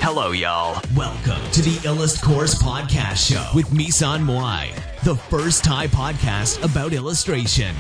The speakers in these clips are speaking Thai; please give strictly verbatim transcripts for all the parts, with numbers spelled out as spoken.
Hello, y'all. Welcome to the Illust Course Podcast Show with Misan Moai, the first Thai podcast about illustration.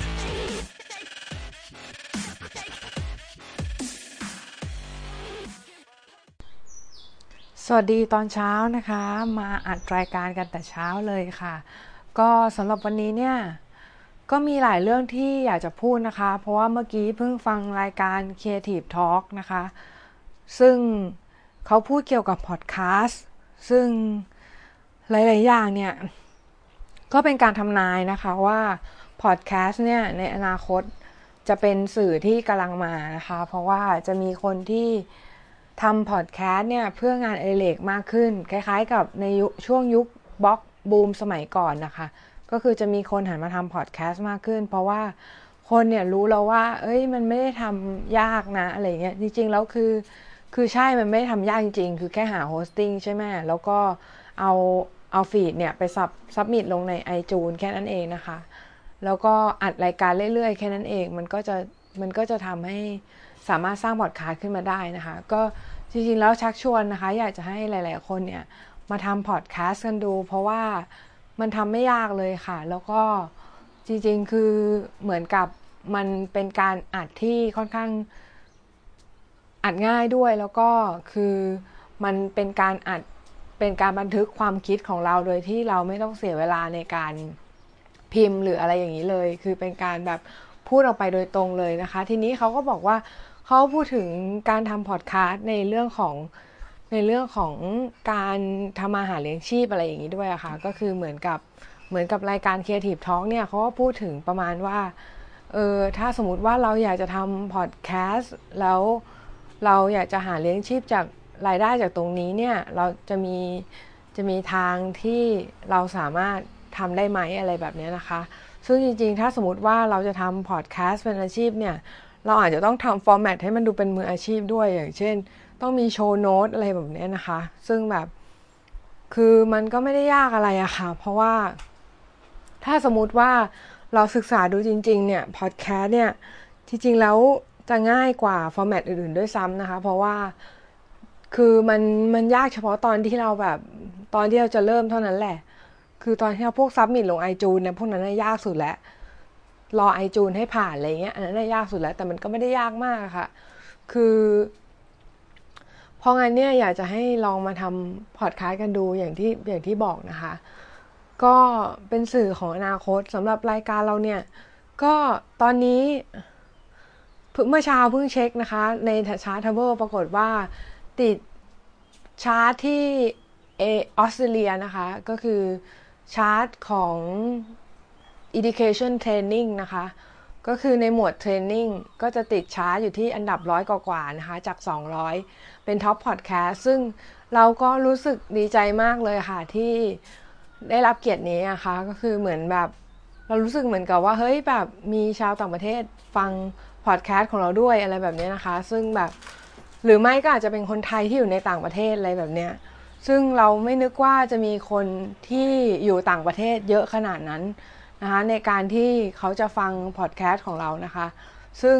สวัสดีตอนเช้านะคะมาอัดรายการกันแต่เช้าเลยค่ะก็สำหรับวันนี้เนี่ยก็มีหลายเรื่องที่อยากจะพูดนะคะเพราะว่าเมื่อกี้เพิ่งฟังรายการ Creative Talk นะคะซึ่งเขาพูดเกี่ยวกับพอดแคสต์ซึ่งหลายๆอย่างเนี่ยก็เป็นการทำนายนะคะว่าพอดแคสต์เนี่ยในอนาคตจะเป็นสื่อที่กำลังมานะคะเพราะว่าจะมีคนที่ทำพอดแคสต์เนี่ยเพื่องานอดิเรกมากขึ้นคล้ายๆกับในช่วงยุคบล็อกบูมสมัยก่อนนะคะก็คือจะมีคนหันมาทำพอดแคสต์มากขึ้นเพราะว่าคนเนี่ยรู้แล้วว่าเอ้ยมันไม่ได้ทำยากนะอะไรเงี้ยจริงๆแล้วคือคือใช่มันไม่ได้ทำยากจริงๆคือแค่หาโฮสติ้งใช่ไหมแล้วก็เอาเอาฟีดเนี่ยไปซับซับมิทลงใน iTunes แค่นั้นเองนะคะแล้วก็อัดรายการเรื่อยๆแค่นั้นเองมันก็จะมันก็จะทำให้สามารถสร้างพอดแคสต์ขึ้นมาได้นะคะก็จริงๆแล้วชักชวนนะคะอยากจะให้หลายๆคนเนี่ยมาทำพอดแคสต์กันดูเพราะว่ามันทำไม่ยากเลยค่ะแล้วก็จริงๆคือเหมือนกับมันเป็นการอัดที่ค่อนข้างอัดง่ายด้วยแล้วก็คือมันเป็นการอัดเป็นการบันทึกความคิดของเราโดยที่เราไม่ต้องเสียเวลาในการพิมพ์หรืออะไรอย่างนี้เลยคือเป็นการแบบพูดออกไปโดยตรงเลยนะคะทีนี้เขาก็บอกว่าเขาพูดถึงการทำพอดแคสต์ในเรื่องของในเรื่องของการทำอาหารเลี้ยงชีพอะไรอย่างนี้ด้วยอะค่ะก็คือเหมือนกับเหมือนกับรายการ Creative Talk เนี่ยเขาก็พูดถึงประมาณว่าเออถ้าสมมุติว่าเราอยากจะทำพอดแคสต์แล้วเราอยากจะหาเลี้ยงชีพจากรายได้จากตรงนี้เนี่ยเราจะมีจะมีทางที่เราสามารถทำได้ไหมอะไรแบบนี้นะคะซึ่งจริงๆถ้าสมมติว่าเราจะทำพอดแคสต์เป็นอาชีพเนี่ยเราอาจจะต้องทำฟอร์แมตให้มันดูเป็นมืออาชีพด้วยอย่างเช่นต้องมีโชว์โน้ตอะไรแบบนี้นะคะซึ่งแบบคือมันก็ไม่ได้ยากอะไรอะค่ะเพราะว่าถ้าสมมุติว่าเราศึกษาดูจริงๆเนี่ยพอดแคสต์เนี่ยจริงๆแล้วจะง่ายกว่าฟอร์แมตอื่นๆด้วยซ้ำนะคะเพราะว่าคือมันมันยากเฉพาะตอนที่เราแบบตอนที่เราจะเริ่มเท่านั้นแหละคือตอนที่เราพวกซับมิทลง iTunes เนี่ยพวกนั้นน่ะยากสุดแล้วรอ iTunes ให้ผ่านอะไรเงี้ยอันนั้นน่ะยากสุดแล้วแต่มันก็ไม่ได้ยากมากค่ะคือเพราะงั้นเนี่ยอยากจะให้ลองมาทำพอดแคสต์กันดูอย่างที่อย่างที่บอกนะคะก็เป็นสื่อของอนาคตสำหรับรายการเราเนี่ยก็ตอนนี้เมื่อเช้าเพิ่งเช็คนะคะในชาร์ต Travel ปรากฏว่าติดชาร์ตที่เอออสเตรเลียนะคะก็คือชาร์ตของ Education Training นะคะก็คือในหมวด Training ก็จะติดชาร์ตอยู่ที่อันดับร้อยกว่าๆนะคะจากสองร้อยเป็นท็อปพอดแคสต์ซึ่งเราก็รู้สึกดีใจมากเลยค่ะที่ได้รับเกียรตินี้นะคะก็คือเหมือนแบบเรารู้สึกเหมือนกับว่าเฮ้ยแบบมีชาวต่างประเทศฟังพอดแคสต์ของเราด้วยอะไรแบบนี้นะคะซึ่งแบบหรือไม่ก็อาจจะเป็นคนไทยที่อยู่ในต่างประเทศอะไรแบบเนี้ยซึ่งเราไม่นึกว่าจะมีคนที่อยู่ต่างประเทศเยอะขนาดนั้นนะคะในการที่เขาจะฟังพอดแคสต์ของเรานะคะซึ่ง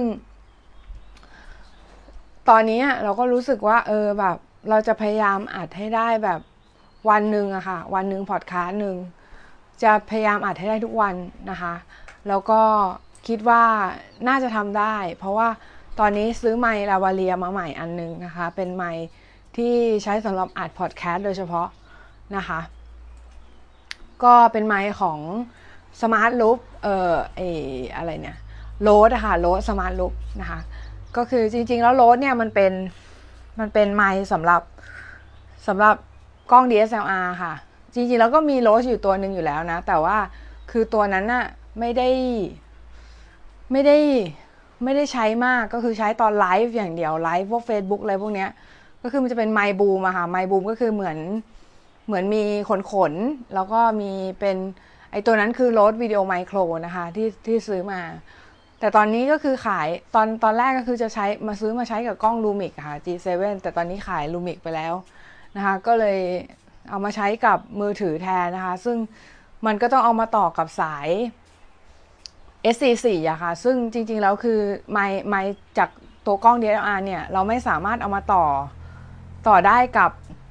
ตอนนี้เราก็รู้สึกว่าเออแบบเราจะพยายามอัดให้ได้แบบวันหนึ่งอะค่ะวันหนึ่งพอดแคสต์หนึ่งจะพยายามอัดให้ได้ทุกวันนะคะแล้วก็คิดว่าน่าจะทำได้เพราะว่าตอนนี้ซื้อไมค์ลาวาเลียมาใหม่อันนึงนะคะเป็นไมค์ที่ใช้สำหรับอัดพอดแคสต์โดยเฉพาะนะคะก็เป็นไมค์ของ Smart Loop เอ่อไออะไรเนี่ยโรดอะค่ะโรด Smart Loop นะคะก็คือจริงๆแล้วโรดเนี่ยมันเป็นมันเป็นไมค์สำหรับสำหรับกล้อง ดี เอส แอล อาร์ ค่ะจริงๆแล้วก็มีโรดอยู่ตัวนึงอยู่แล้วนะแต่ว่าคือตัวนั้นน่ะไม่ได้ไม่ได้ไม่ได้ใช้มากก็คือใช้ตอนไลฟ์อย่างเดียวไลฟ์พวก Facebook อะไรพวกเนี้ยก็คือมันจะเป็นไมค์บูมอะค่ะไมค์บูมก็คือเหมือนเหมือนมีขนขนแล้วก็มีเป็นไอตัวนั้นคือโรดวิดีโอไมโครนะคะที่ที่ซื้อมาแต่ตอนนี้ก็คือขายตอนตอนแรกก็คือจะใช้มาซื้อมาใช้กับกล้อง Lumix ค่ะ จี เซเว่น แต่ตอนนี้ขาย Lumix ไปแล้วนะคะก็เลยเอามาใช้กับมือถือแทนนะคะซึ่งมันก็ต้องเอามาต่อกับสาย เอส ซี โฟร์ อะค่ะซึ่งจริงๆแล้วคือไมค์ไมค์จากตัวกล้อง ดี เอส แอล อาร์ เนี่ยเราไม่สามารถเอามาต่อต่อได้กับ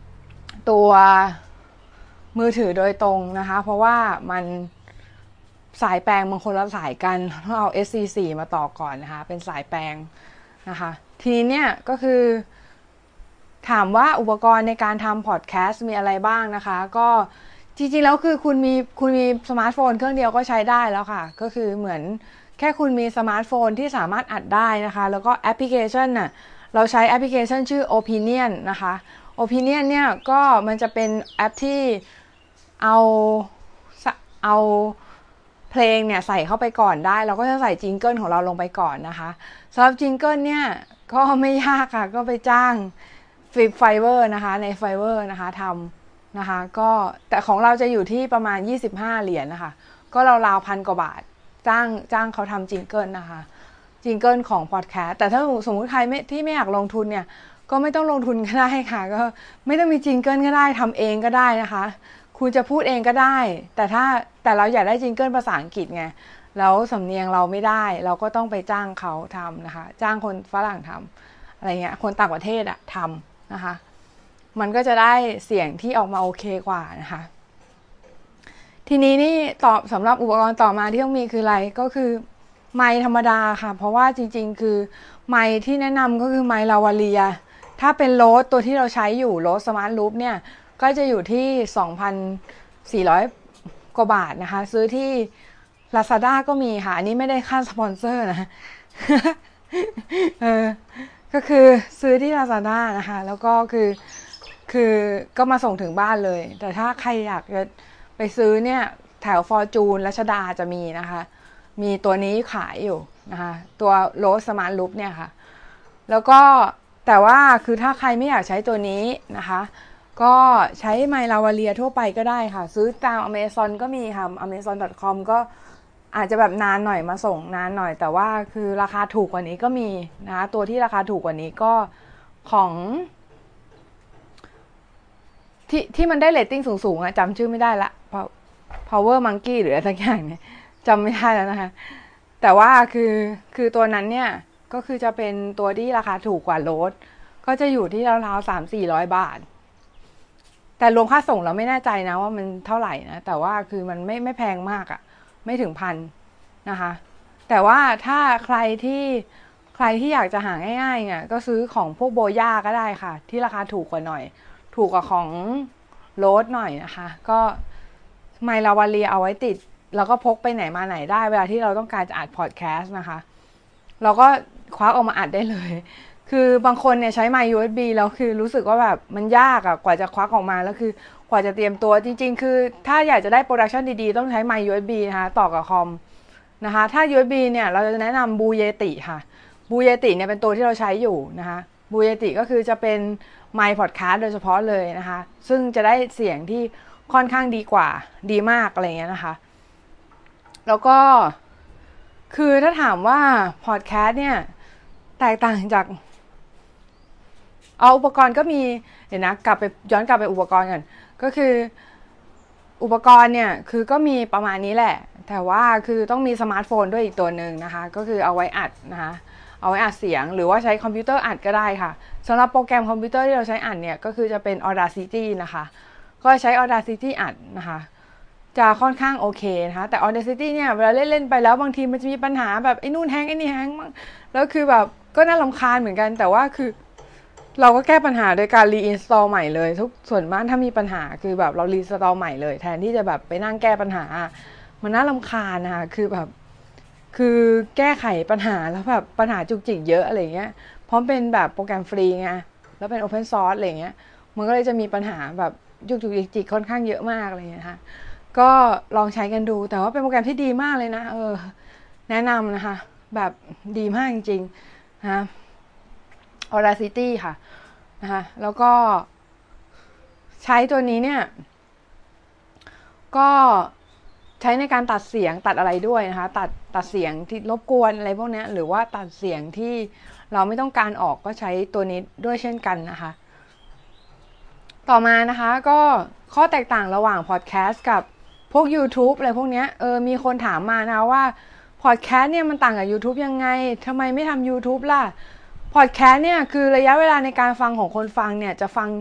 ตัวมือถือโดยตรงนะคะเพราะว่ามันสายแปลงบางคนละสายกันต้องเอา เอส ซี โฟร์ มาต่อก่อนนะคะเป็นสายแปลงนะคะทีนี้เนี่ยก็คือถามว่าอุปกรณ์ในการทำพอดแคสต์มีอะไรบ้างนะคะก็จริงๆแล้วคือคุณมีคุณมีสมาร์ทโฟนเครื่องเดียวก็ใช้ได้แล้วค่ะก็คือเหมือนแค่คุณมีสมาร์ทโฟนที่สามารถอัดได้นะคะแล้วก็แอปพลิเคชันน่ะเราใช้แอปพลิเคชันชื่อ Opinion นะคะ Opinion เนี่ยก็มันจะเป็นแอปที่เอาเอาเพลงเนี่ยใส่เข้าไปก่อนได้เราก็จะใส่จิงเกิลของเราลงไปก่อนนะคะสำหรับจิงเกิลเนี่ยก็ไม่ยากค่ะก็ไปจ้างฟิไฟเวอร์นะคะในไฟเวอร์นะคะทำนะคะก็แต่ของเราจะอยู่ที่ประมาณยี่สิบห้าเหรียญนะคะก็ราวๆพันกว่าบาทจ้างจ้างเขาทำจิงเกิลนะคะจิงเกิลของพอดแคสต์แต่ถ้าสมมติใครไม่ที่ไม่อยากลงทุนเนี่ยก็ไม่ต้องลงทุนก็ได้ค่ะก็ไม่ต้องมีจิงเกิลก็ได้ทำเองก็ได้นะคะคุณจะพูดเองก็ได้แต่ถ้าแต่เราอยากได้จิงเกิลภาษาอังกฤษไงแล้วสำเนียงเราไม่ได้เราก็ต้องไปจ้างเขาทำนะคะจ้างคนฝรั่งทำอะไรเงี้ยคนต่างประเทศอะทำนะคะมันก็จะได้เสียงที่ออกมาโอเคกว่านะคะทีนี้นี่ตอบสำหรับอุปกรณ์ต่อมาที่ต้องมีคืออะไรก็คือไมค์ธรรมดาค่ะเพราะว่าจริงๆคือไมค์ที่แนะนำก็คือไมค์ลาวาเลียถ้าเป็นโรสตัวที่เราใช้อยู่โรสสมาร์ทลูปเนี่ยก็จะอยู่ที่ สองพันสี่ร้อย กว่าบาทนะคะซื้อที่ Lazada ก็มีค่ะอันนี้ไม่ได้ค่าสปอนเซอร์นะเออก็คือซื้อที่ Lazada นะคะแล้วก็คือคือก็มาส่งถึงบ้านเลยแต่ถ้าใครอยากจะไปซื้อเนี่ยแถวฟอร์จูนรัชดาจะมีนะคะมีตัวนี้ขายอยู่นะคะตัวโรสสมาร์ทลูปเนี่ยค่ะแล้วก็แต่ว่าคือถ้าใครไม่อยากใช้ตัวนี้นะคะก็ใช้ไมค์ลาวาเลียทั่วไปก็ได้ค่ะซื้อตาม Amazon ก็มีค่ะ อเมซอน ดอท คอม ก็อาจจะแบบนานหน่อยมาส่งนานหน่อยแต่ว่าคือราคาถูกกว่านี้ก็มีนะคะตัวที่ราคาถูกกว่านี้ก็ของที่ที่มันได้เรตติ้งสูงๆอะจำชื่อไม่ได้ละ Power Monkey หรืออะไรสักอย่างเนี่ยจำไม่ได้แล้วนะคะแต่ว่าคือคือตัวนั้นเนี่ยก็คือจะเป็นตัวที่ราคาถูกกว่าโรสก็จะอยู่ที่ราวๆ สามถึงสี่ร้อย บาทแต่รวมค่าส่งเราไม่แน่ใจนะว่ามันเท่าไหร่นะแต่ว่าคือมันไม่ไม่แพงมากอะไม่ถึงพันนะคะแต่ว่าถ้าใครที่ใครที่อยากจะหาง่ายๆเนี่ยก็ซื้อของพวกโบย่าก็ได้ค่ะที่ราคาถูกกว่าหน่อยถูกกว่าของโรสหน่อยนะคะก็ไมค์ลาวาเลียเอาไว้ติดแล้วก็พกไปไหนมาไหนได้เวลาที่เราต้องการจะอัดพอดแคสต์นะคะเราก็คว้าออกมาอัดได้เลยคือบางคนเนี่ยใช้ไมค์ ยู เอส บี แล้วคือรู้สึกว่าแบบมันยากอะกว่าจะควักออกมาแล้วคือกว่าจะเตรียมตัวจริงๆคือถ้าอยากจะได้โปรดักชันดีๆต้องใช้ไมค์ ยู เอส บี นะคะต่อกับคอมนะคะถ้า ยู เอส บี เนี่ยเราจะแนะนำบูเยติค่ะบูเยติเนี่ยเป็นตัวที่เราใช้อยู่นะคะบูเยติก็คือจะเป็นไมค์พอดแคสต์โดยเฉพาะเลยนะคะซึ่งจะได้เสียงที่ค่อนข้างดีกว่าดีมากอะไรเงี้ยนะคะแล้วก็คือถ้าถามว่าพอดแคสต์เนี่ยแตกต่างจากเอาอุปกรณ์ก็มีเดี๋ยวนะกลับไปย้อนกลับไปอุปกรณ์กันก็คืออุปกรณ์เนี่ยคือก็มีประมาณนี้แหละแต่ว่าคือต้องมีสมาร์ทโฟนด้วยอีกตัวหนึ่งนะคะก็คือเอาไว้อัดนะคะเอาไว้อัดเสียงหรือว่าใช้คอมพิวเตอร์อัดก็ได้ค่ะสำหรับโปรแกรมคอมพิวเตอร์ที่เราใช้อัดเนี่ยก็คือจะเป็น Audacity นะคะก็ใช้ Audacity อัดนะคะจะค่อนข้างโอเคนะคะแต่ Audacity เนี่ยเวลาเล่นๆไปแล้วบางทีมันจะมีปัญหาแบบไอ้นู่นแฮงไอ้นี่แฮงมั่งแล้วคือแบบก็น่ารำคาญเหมือนกันแต่ว่าคือเราก็แก้ปัญหาโดยการรีอินสตอลใหม่เลยทุกส่วนมากถ้ามีปัญหาคือแบบเรารีอินสตอลใหม่เลยแทนที่จะแบบไปนั่งแก้ปัญหามันน่ารำคาญนะคะคือแบบคือแก้ไขปัญหาแล้วแบบปัญหาจุกจิกเยอะอะไรเงี้ยเพราะเป็นแบบโปรแกรมฟรีไงแล้วเป็นโอเพนซอร์สอะไรเงี้ยมันก็เลยจะมีปัญหาแบบจุกจิกจิกค่อนข้างเยอะมากอะไรเงี้ยค่ะก็ลองใช้กันดูแต่ว่าเป็นโปรแกรมที่ดีมากเลยนะเออแนะนำนะคะแบบดีมากจริงๆนะAudacity ค่ะนะคะแล้วก็ใช้ตัวนี้เนี่ยก็ใช้ในการตัดเสียงตัดอะไรด้วยนะคะตัดตัดเสียงที่รบกวนอะไรพวกนี้หรือว่าตัดเสียงที่เราไม่ต้องการออกก็ใช้ตัวนี้ด้วยเช่นกันนะคะต่อมานะคะก็ข้อแตกต่างระหว่างพอดแคสต์กับพวก YouTube อะไรพวกนี้เออมีคนถามมานะว่าพอดแคสต์เนี่ยมันต่างกับ YouTube ยังไงทำไมไม่ทำ YouTube ล่ะพอดแคสต์เนี่ยคือระยะเวลาในการฟังของคนฟังเนี่ยจะฟังเขา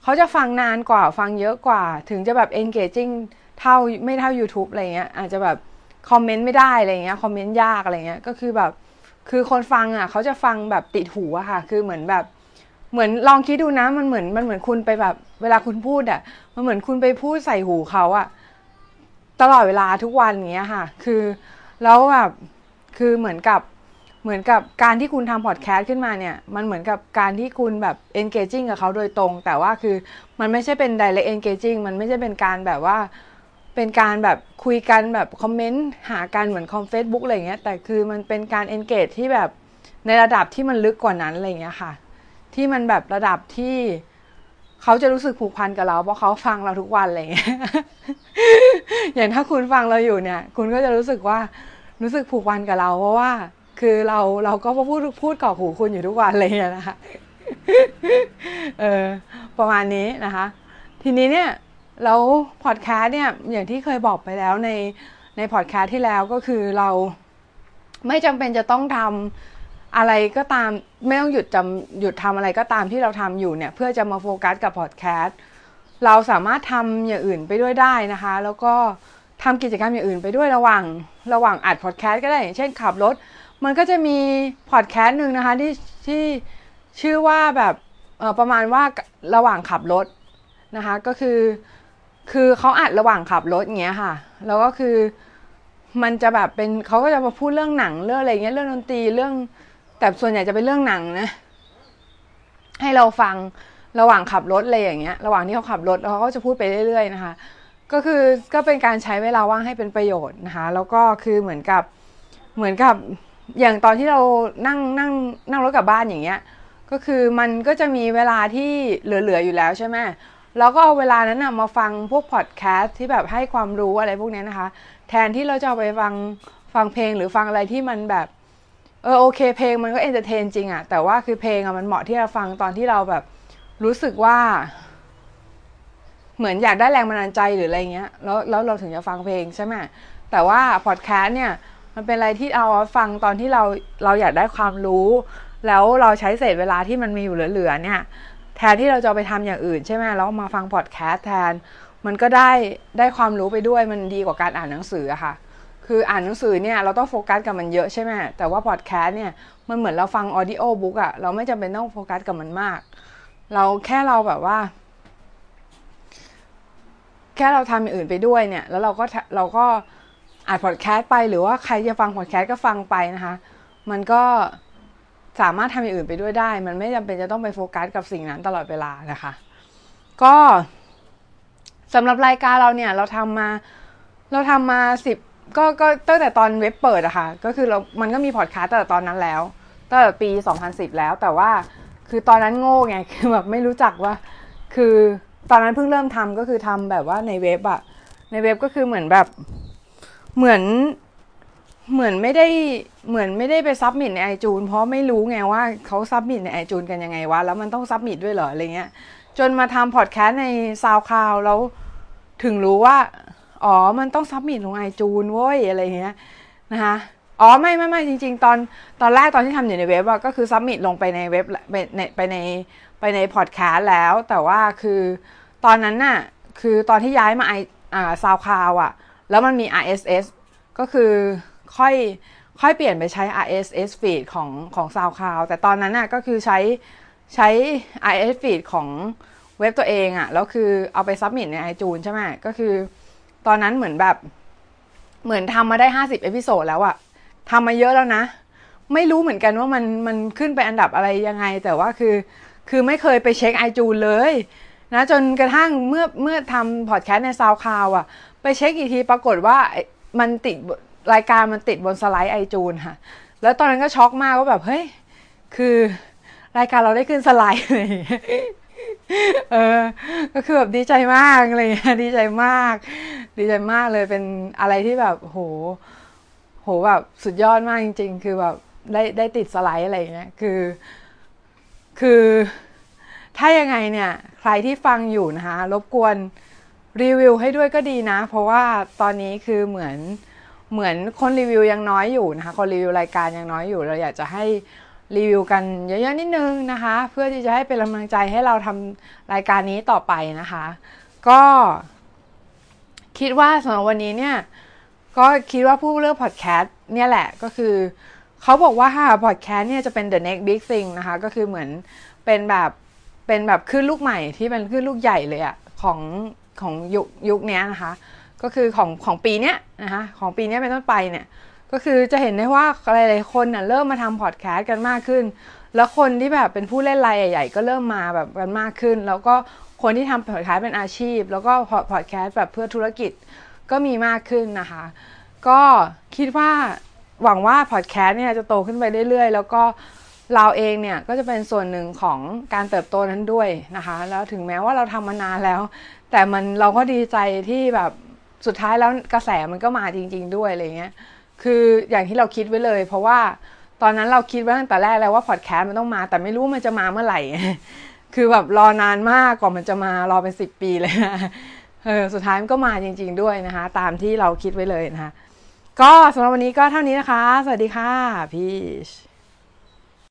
เขาจะฟังนานกว่าฟังเยอะกว่าถึงจะแบบ engaging เท่าไม่เท่า YouTube อะไรเงี้ยอาจจะแบบคอมเมนต์ไม่ได้อะไรเงี้ยคอมเมนต์ยากอะไรเงี้ยก็คือแบบคือคนฟังอ่ะเขาจะฟังแบบติดหูอะค่ะคือเหมือนแบบเหมือนลองคิดดูนะมันเหมือนมันเหมือนคุณไปแบบเวลาคุณพูดอ่ะมันเหมือนคุณไปพูดใส่หูเขาอ่ะตลอดเวลาทุกวันอย่างเงี้ยค่ะคือแล้วแบบคือเหมือนกับเหมือนกับการที่คุณทำพอดแคสต์ขึ้นมาเนี่ยมันเหมือนกับการที่คุณแบบ engaging กับเขาโดยตรงแต่ว่าคือมันไม่ใช่เป็น direct engaging มันไม่ใช่เป็นการแบบว่าเป็นการแบบคุยกันแบบคอมเมนต์หากันเหมือนคอม Facebook อะไรเงี้ยแต่คือมันเป็นการ engage ที่แบบในระดับที่มันลึกกว่านั้นอะไรเงี้ยค่ะที่มันแบบระดับที่เขาจะรู้สึกผูกพันกับเราเพราะเขาฟังเราทุกวันอะไรเงี้ย อย่างถ้าคุณฟังเราอยู่เนี่ยคุณก็จะรู้สึกว่ารู้สึกผูกพันกับเราเพราะว่าคือเราเราก็พูดพูดกรอกหูคุณอยู่ทุกวันเลยนะคะ เออประมาณนี้นะคะทีนี้เนี่ยแล้วพอดแคสต์เนี่ยอย่างที่เคยบอกไปแล้วในในพอดแคสต์ที่แล้วก็คือเราไม่จำเป็นจะต้องทำอะไรก็ตามไม่ต้องหยุดจำหยุดทำอะไรก็ตามที่เราทำอยู่เนี่ยเพื่อจะมาโฟกัสกับพอดแคสต์เราสามารถทำอย่างอื่นไปด้วยได้นะคะแล้วก็ทำกิจกรรมอย่างอื่นไปด้วยระหว่างระหว่างอัดพอดแคสต์ก็ได้อย่างเช่นขับรถมันก็จะมีพอดแคสต์นึงนะคะที่ที่ชื่อว่าแบบเอ่อประมาณว่าระหว่างขับรถนะคะก็คือคือเขาอัดระหว่างขับรถอย่างเงี้ยค่ะแล้วก็คือมันจะแบบเป็นเขาก็จะมาพูดเรื่องหนังเรื่องอะไรเงี้ยเรื่องดนตรีเรื่องแต่ส่วนใหญ่จะเป็นเรื่องหนังนะให้เราฟังระหว่างขับรถอะไรอย่างเงี้ยระหว่างที่เขาขับรถเขาก็จะพูดไปเรื่อยๆนะคะก็คือก็เป็นการใช้เวลาว่างให้เป็นประโยชน์นะคะแล้วก็คือเหมือนกับเหมือนกับอย่างตอนที่เรานั่งนั่งนั่งรถกลับบ้านอย่างเงี้ยก็คือมันก็จะมีเวลาที่เหลือๆอยู่แล้วใช่ไหมแล้วก็เอาเวลานั้นนะมาฟังพวกพอดแคสต์ที่แบบให้ความรู้อะไรพวกนี้นะคะแทนที่เราจะเอาไปฟังฟังเพลงหรือฟังอะไรที่มันแบบเออโอเคเพลงมันก็เอนเตอร์เทนจริงอะแต่ว่าคือเพลงอะมันเหมาะที่จะฟังตอนที่เราแบบรู้สึกว่าเหมือนอยากได้แรงบันดาลใจหรืออะไรเงี้ยแล้วแล้วเราถึงจะฟังเพลงใช่ไหมแต่ว่าพอดแคสต์เนี่ยมันเป็นอะไรที่เอาฟังตอนที่เราเราอยากได้ความรู้แล้วเราใช้เศษเวลาที่มันมีอยู่เหลือๆเนี่ยแทนที่เราจะไปทำอย่างอื่นใช่ไหมแล้วมาฟังพอดแคสต์แทนมันก็ได้ได้ความรู้ไปด้วยมันดีกว่าการอ่านหนังสืออะค่ะคืออ่านหนังสือเนี่ยเราต้องโฟกัสกับมันเยอะใช่ไหมแต่ว่าพอดแคสต์เนี่ยมันเหมือนเราฟังออดิโอบุ๊กอะเราไม่จำเป็นต้องโฟกัสกับมันมากเราแค่เราแบบว่าแค่เราทำอย่างอื่นไปด้วยเนี่ยแล้วเราก็เราก็อ่านพอดแคสต์ไปหรือว่าใครจะฟังพอดแคสต์ก็ฟังไปนะคะมันก็สามารถทำอย่างอื่นไปด้วยได้มันไม่จำเป็นจะต้องไปโฟกัสกับสิ่งนั้นตลอดเวลานะคะก็สำหรับรายการเราเนี่ยเราทำมาเราทำมาสิบก็ก็ตั้งแต่ตอนเว็บเปิดอะค่ะก็คือเรามันก็มีพอดแคสต์ตั้งแต่ตอนนั้นแล้วตั้งแต่ปีสองพันสิบแล้วแต่ว่าคือตอนนั้นโง่ไงคือแบบไม่รู้จักว่าคือตอนนั้นเพิ่งเริ่มทำก็คือทำแบบว่าในเว็บอะในเว็บก็คือเหมือนแบบเหมือนเหมือนไม่ได้เหมือนไม่ได้ไปซับมิทใน iTunes เพราะไม่รู้ไงว่าเขาซับมิทใน iTunes กันยังไงวะแล้วมันต้องซับมิทด้วยเหรออะไรเงี้ยจนมาทำพอดแคสต์ใน SoundCloud แล้วถึงรู้ว่าอ๋อมันต้องซับมิทลง iTunes เว้ยอะไรเงี้ยนะคะอ๋อไม่ไม่ไม่จริงๆตอนตอนแรกตอนที่ทำอยู่ในเว็บอะก็คือซับมิทลงไปในเว็บไปในไปในไปในพอดแคสต์แล้วแต่ว่าคือตอนนั้นน่ะคือตอนที่ย้ายมาไออ่า SoundCloud อะแล้วมันมี อาร์ เอส เอส ก็คือค่อยค่อยเปลี่ยนไปใช้ อาร์ เอส เอส feed ของของ SoundCloud แต่ตอนนั้นน่ะก็คือใช้ใช้ อาร์ เอส เอส feed ของเว็บตัวเองอะแล้วคือเอาไปซับมิทใน iTunes ใช่ไหมก็คือตอนนั้นเหมือนแบบเหมือนทำมาได้ห้าสิบเอพิโซดแล้วอะทำมาเยอะแล้วนะไม่รู้เหมือนกันว่ามันมันขึ้นไปอันดับอะไรยังไงแต่ว่าคือคือไม่เคยไปเช็ค iTunes เลยนะจนกระทั่งเมื่อเมื่อทำพอดแคสต์ใน SoundCloud อะไปเช็คอีกทีปรากฏว่ามันติดรายการมันติดบนสไลด์ iTunes ค่ะแล้วตอนนั้นก็ช็อกมากว่าแบบเฮ้ยคือรายการเราได้ขึ้นสไลด์เลยเออก็คือแบบดีใจมากเลยดีใจมากดีใจมากเลยเป็นอะไรที่แบบโหโหแบบสุดยอดมากจริงๆคือแบบได้ได้ติดสไลด์อะไรอย่างเงี้ยคือคือถ้ายังไงเนี่ยใครที่ฟังอยู่นะคะรบกวนรีวิวให้ด้วยก็ดีนะเพราะว่าตอนนี้คือเหมือนเหมือนคนรีวิวยังน้อยอยู่นะคะคนรีวิวรายการยังน้อยอยู่เราอยากจะให้รีวิวกันเยอะๆนิดนึงนะคะเพื่อที่จะให้เป็นกำลังใจให้เราทำรายการนี้ต่อไปนะคะก็คิดว่าสำหรับวันนี้เนี่ยก็คิดว่าผู้เลือกพอดแคสต์เนี่ยแหละก็คือเขาบอกว่าพอดแคสต์เนี่ยจะเป็น the next big thing นะคะก็คือเหมือนเป็นแบบเป็นแบบขึ้นลูกใหม่ที่เป็นขึ้นลูกใหญ่เลยอะของของยุคยุคนี้นะคะก็คือของของปีเนี้ยนะคะของปีนี้เป็นต้นไปเนี่ยก็คือจะเห็นได้ว่าหลายๆคนน่ะเริ่มมาทำพอดแคสต์กันมากขึ้นแล้วคนที่แบบเป็นผู้เล่นรายใหญ่ๆก็เริ่มมาแบบกันมากขึ้นแล้วก็คนที่ทำพอดแคสต์เป็นอาชีพแล้วก็พอดแคสต์แบบเพื่อธุรกิจก็มีมากขึ้นนะคะก็คิดว่าหวังว่าพอดแคสต์เนี่ยจะโตขึ้นไปเรื่อยๆแล้วก็เราเองเนี่ยก็จะเป็นส่วนหนึ่งของการเติบโตนั้นด้วยนะคะแล้วถึงแม้ว่าเราทำมานานแล้วแต่มันเราก็ดีใจที่แบบสุดท้ายแล้วกระแสมันก็มาจริงๆด้วยอะไรเงี้ยคืออย่างที่เราคิดไว้เลยเพราะว่าตอนนั้นเราคิดไว้ตั้งแต่แรกแล้วว่าพอดแคสต์มันต้องมาแต่ไม่รู้มันจะมาเมื่อไหร่ คือแบบรอนานมากกว่ามันจะมารอเป็นสิบปีเลยนะเออสุดท้ายมันก็มาจริงๆด้วยนะคะตามที่เราคิดไว้เลยนะคะก็สำหรับวันนี้ก็เท่านี้นะคะสวัสดีค่ะพีช